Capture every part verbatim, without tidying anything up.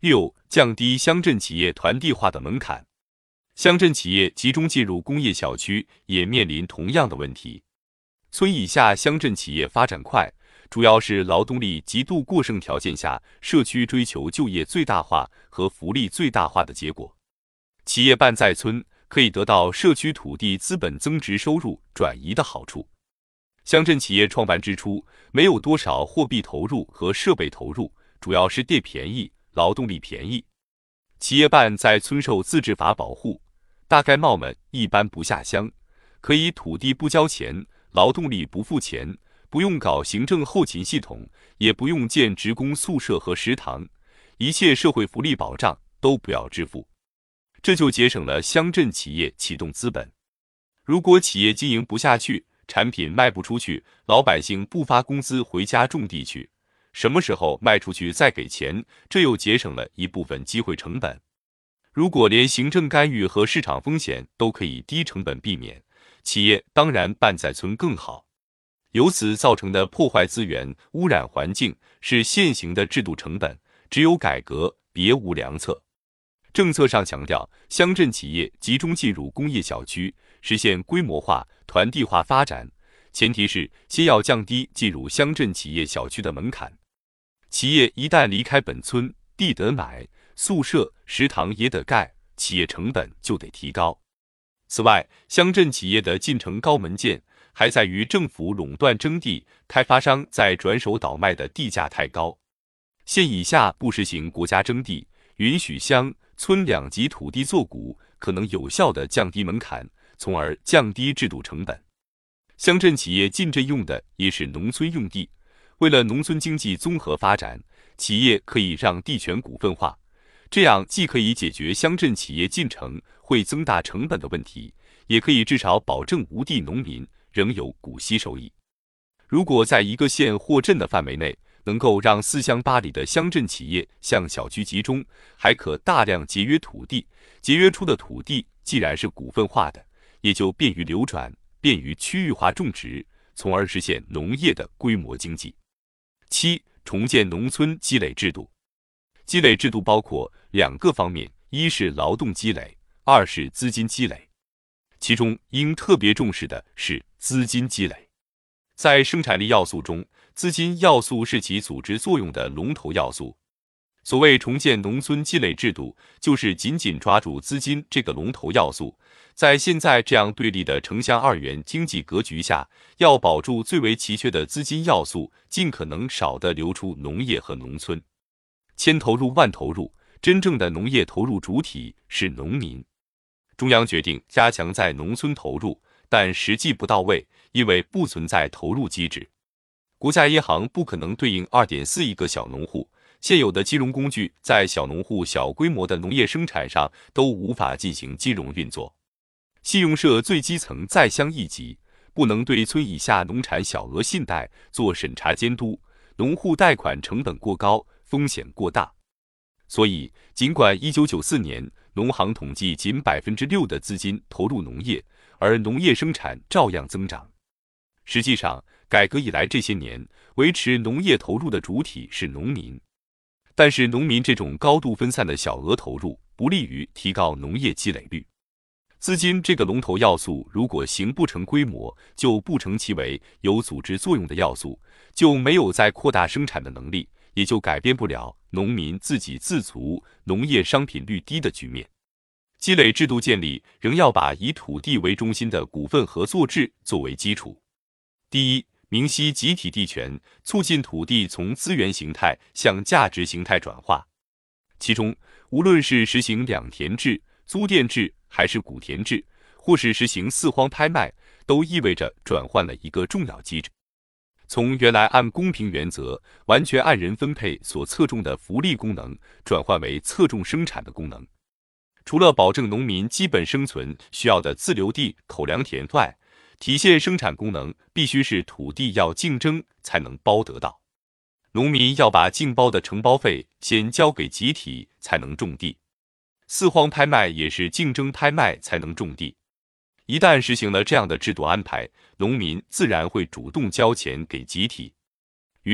六、降低乡镇企业团地化的门槛。乡镇企业集中进入工业小区，也面临同样的问题。村以下乡镇企业发展快，主要是劳动力极度过剩条件下，社区追求就业最大化和福利最大化的结果。企业办在村，可以得到社区土地资本增值收入转移的好处。乡镇企业创办之初，没有多少货币投入和设备投入，主要是地便宜，劳动力便宜。企业办在村受自治法保护，大概贸们一般不下乡，可以土地不交钱，劳动力不付钱，不用搞行政后勤系统，也不用建职工宿舍和食堂，一切社会福利保障都不要支付，这就节省了乡镇企业启动资本。如果企业经营不下去，产品卖不出去，老百姓不发工资回家种地去，什么时候卖出去再给钱，这又节省了一部分机会成本。如果连行政干预和市场风险都可以低成本避免，企业当然办在村更好。由此造成的破坏资源、污染环境是现行的制度成本，只有改革，别无良策。政策上强调乡镇企业集中进入工业小区，实现规模化、团地化发展，前提是先要降低进入乡镇企业小区的门槛。企业一旦离开本村，地得买，宿舍、食堂也得盖，企业成本就得提高。此外，乡镇企业的进城高门槛还在于政府垄断征地，开发商在转手倒卖的地价太高。县以下不实行国家征地，允许乡村两级土地作股，可能有效地降低门槛，从而降低制度成本。乡镇企业进镇用的也是农村用地，为了农村经济综合发展，企业可以让地权股份化，这样既可以解决乡镇企业进城会增大成本的问题，也可以至少保证无地农民仍有股息收益。如果在一个县或镇的范围内，能够让四乡八里的乡镇企业向小区集中，还可大量节约土地，节约出的土地既然是股份化的，也就便于流转，便于区域化种植，从而实现农业的规模经济。七、重建农村积累制度。积累制度包括两个方面，一是劳动积累，二是资金积累。其中应特别重视的是资金积累。在生产力要素中，资金要素是起组织作用的龙头要素。所谓重建农村积累制度，就是紧紧抓住资金这个龙头要素，在现在这样对立的城乡二元经济格局下，要保住最为奇缺的资金要素，尽可能少地流出农业和农村。千投入万投入，真正的农业投入主体是农民。中央决定加强在农村投入，但实际不到位，因为不存在投入机制。国家银行不可能对应 二点四亿个小农户，现有的金融工具在小农户小规模的农业生产上都无法进行金融运作。信用社最基层在乡一级，不能对村以下农产小额信贷做审查监督，农户贷款成本过高，风险过大。所以，尽管一九九四年农行统计仅 百分之六 的资金投入农业，而农业生产照样增长。实际上，改革以来这些年，维持农业投入的主体是农民。但是农民这种高度分散的小额投入，不利于提高农业积累率。资金这个龙头要素如果形不成规模，就不成其为有组织作用的要素，就没有再扩大生产的能力，也就改变不了农民自给自足、农业商品率低的局面。积累制度建立仍要把以土地为中心的股份合作制作为基础。第一，明晰集体地权，促进土地从资源形态向价值形态转化。其中，无论是实行两田制、租佃制，还是股田制，或是实行四荒拍卖，都意味着转换了一个重要机制。从原来按公平原则完全按人分配所侧重的福利功能，转换为侧重生产的功能。除了保证农民基本生存需要的自留地、口粮田外，体现生产功能必须是土地要竞争才能包得到。农民要把竞包的承包费先交给集体才能种地。四荒拍卖也是竞争拍卖才能种地。一旦实行了这样的制度安排，农民自然会主动交钱给集体。于是，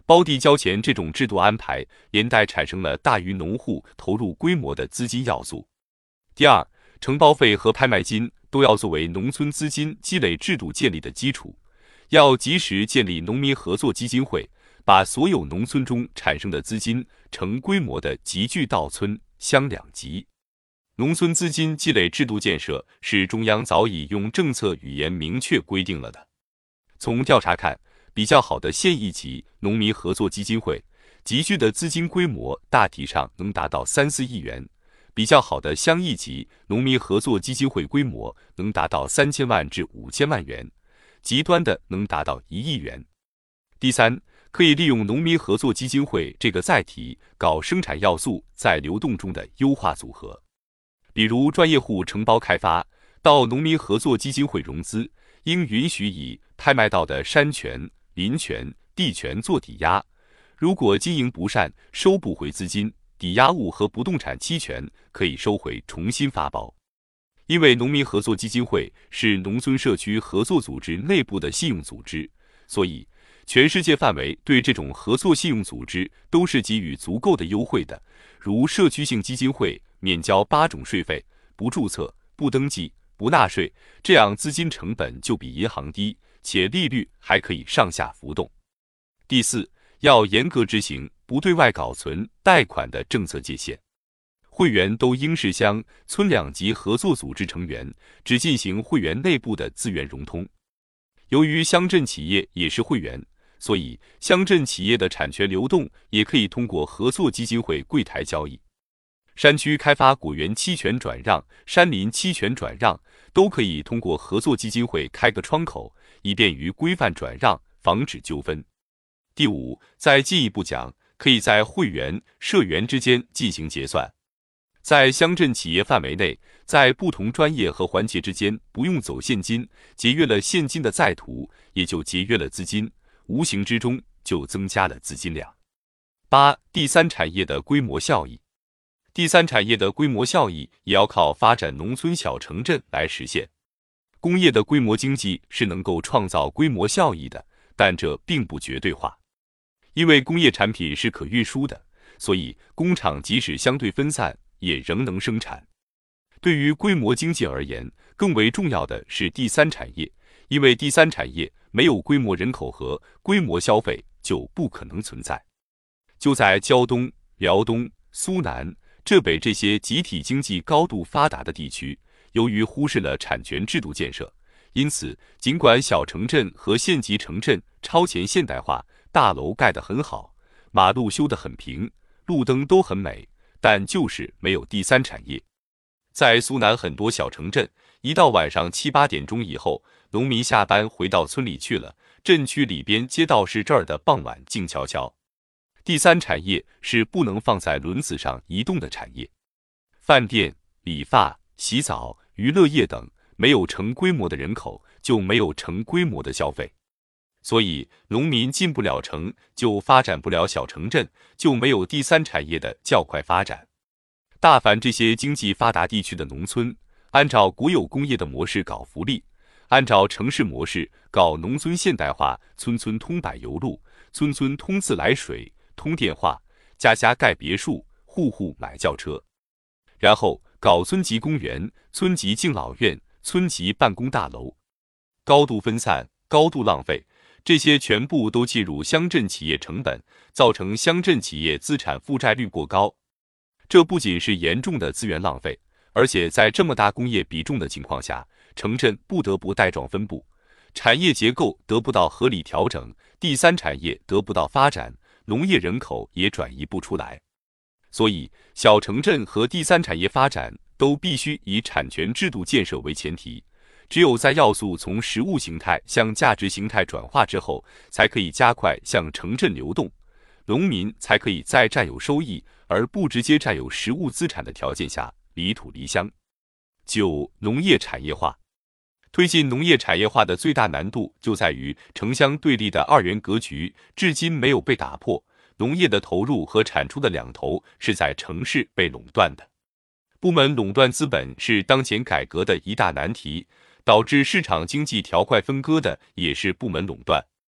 包地交钱这种制度安排，连带产生了大于农户投入规模的资金要素。第二，承包费和拍卖金都要作为农村资金积累制度建立的基础，要及时建立农民合作基金会，把所有农村中产生的资金成规模的集聚到村乡两级。农村资金积累制度建设是中央早已用政策语言明确规定了的。从调查看，比较好的县一级农民合作基金会集聚的资金规模大体上能达到三四亿元，比较好的乡一级农民合作基金会规模能达到三千万至五千万元，极端的能达到一亿元。第三，可以利用农民合作基金会这个载体，搞生产要素在流动中的优化组合。比如专业户承包开发，到农民合作基金会融资，应允许以拍卖到的山权、林权、地权做抵押，如果经营不善，收不回资金，抵押物和不动产期权可以收回重新发包。因为农民合作基金会是农村社区合作组织内部的信用组织，所以全世界范围对这种合作信用组织都是给予足够的优惠的，如社区性基金会免交八种税费，不注册、不登记、不纳税，这样资金成本就比银行低，且利率还可以上下浮动。第四，要严格执行不对外搞存贷款的政策界限，会员都应是乡村两级合作组织成员，只进行会员内部的资源融通。由于乡镇企业也是会员，所以乡镇企业的产权流动也可以通过合作基金会柜台交易。山区开发果园期权转让、山林期权转让都可以通过合作基金会开个窗口，以便于规范转让，防止纠纷。第五，再进一步讲，可以在会员、社员之间进行结算。在乡镇企业范围内，在不同专业和环节之间不用走现金，节约了现金的在途，也就节约了资金，无形之中就增加了资金量。八、第三产业的规模效益。第三产业的规模效益也要靠发展农村小城镇来实现。工业的规模经济是能够创造规模效益的，但这并不绝对化。因为工业产品是可运输的，所以工厂即使相对分散，也仍能生产。对于规模经济而言，更为重要的是第三产业，因为第三产业没有规模人口和规模消费就不可能存在。就在胶东、辽东、苏南、浙北这些集体经济高度发达的地区，由于忽视了产权制度建设，因此尽管小城镇和县级城镇超前现代化，大楼盖得很好，马路修得很平，路灯都很美，但就是没有第三产业。在苏南很多小城镇，一到晚上七八点钟以后，农民下班回到村里去了，镇区里边街道是这儿的傍晚静悄悄。第三产业是不能放在轮子上移动的产业。饭店、理发、洗澡、娱乐业等没有成规模的人口，就没有成规模的消费。所以农民进不了城，就发展不了小城镇，就没有第三产业的较快发展。大凡这些经济发达地区的农村，按照国有工业的模式搞福利，按照城市模式搞农村现代化，村村通柏油路，村村通自来水、通电话，家家盖别墅，户户买轿车。然后搞村级公园、村级敬老院、村级办公大楼，高度分散，高度浪费，这些全部都计入乡镇企业成本，造成乡镇企业资产负债率过高。这不仅是严重的资源浪费，而且在这么大工业比重的情况下，城镇不得不带状分布，产业结构得不到合理调整，第三产业得不到发展，农业人口也转移不出来。所以小城镇和第三产业发展都必须以产权制度建设为前提，只有在要素从实物形态向价值形态转化之后，才可以加快向城镇流动，农民才可以在占有收益而不直接占有实物资产的条件下离土离乡。九、农业产业化。推进农业产业化的最大难度就在于城乡对立的二元格局至今没有被打破，农业的投入和产出的两头是在城市被垄断的。部门垄断资本是当前改革的一大难题，导致市场经济条块分割的也是部门垄断。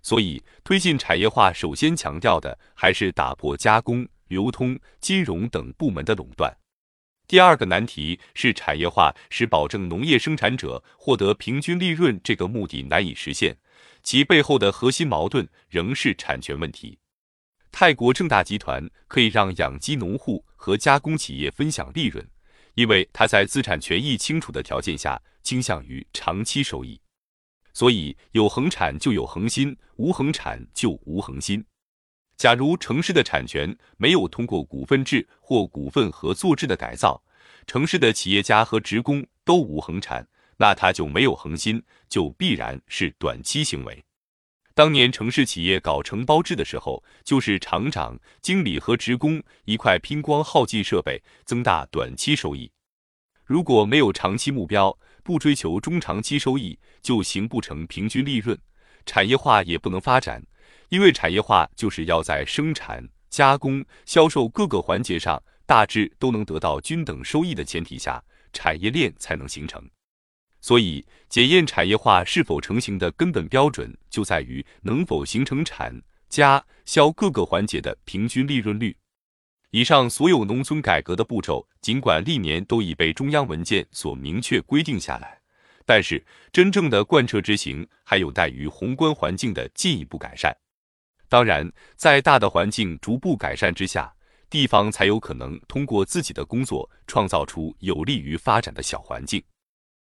所以，推进产业化首先强调的还是打破加工、流通、金融等部门的垄断。第二个难题是产业化使保证农业生产者获得平均利润这个目的难以实现，其背后的核心矛盾仍是产权问题。泰国正大集团可以让养鸡农户和加工企业分享利润，因为它在资产权益清楚的条件下倾向于长期收益。所以有恒产就有恒心，无恒产就无恒心。假如城市的产权没有通过股份制或股份合作制的改造，城市的企业家和职工都无恒产，那它就没有恒心，就必然是短期行为。当年城市企业搞承包制的时候，就是厂长、经理和职工一块拼光耗尽设备，增大短期收益。如果没有长期目标，不追求中长期收益，就形不成平均利润，产业化也不能发展。因为产业化就是要在生产、加工、销售各个环节上大致都能得到均等收益的前提下，产业链才能形成。所以，检验产业化是否成型的根本标准就在于能否形成产、加、销各个环节的平均利润率。以上所有农村改革的步骤，尽管历年都已被中央文件所明确规定下来，但是真正的贯彻执行还有待于宏观环境的进一步改善。当然，在大的环境逐步改善之下，地方才有可能通过自己的工作创造出有利于发展的小环境。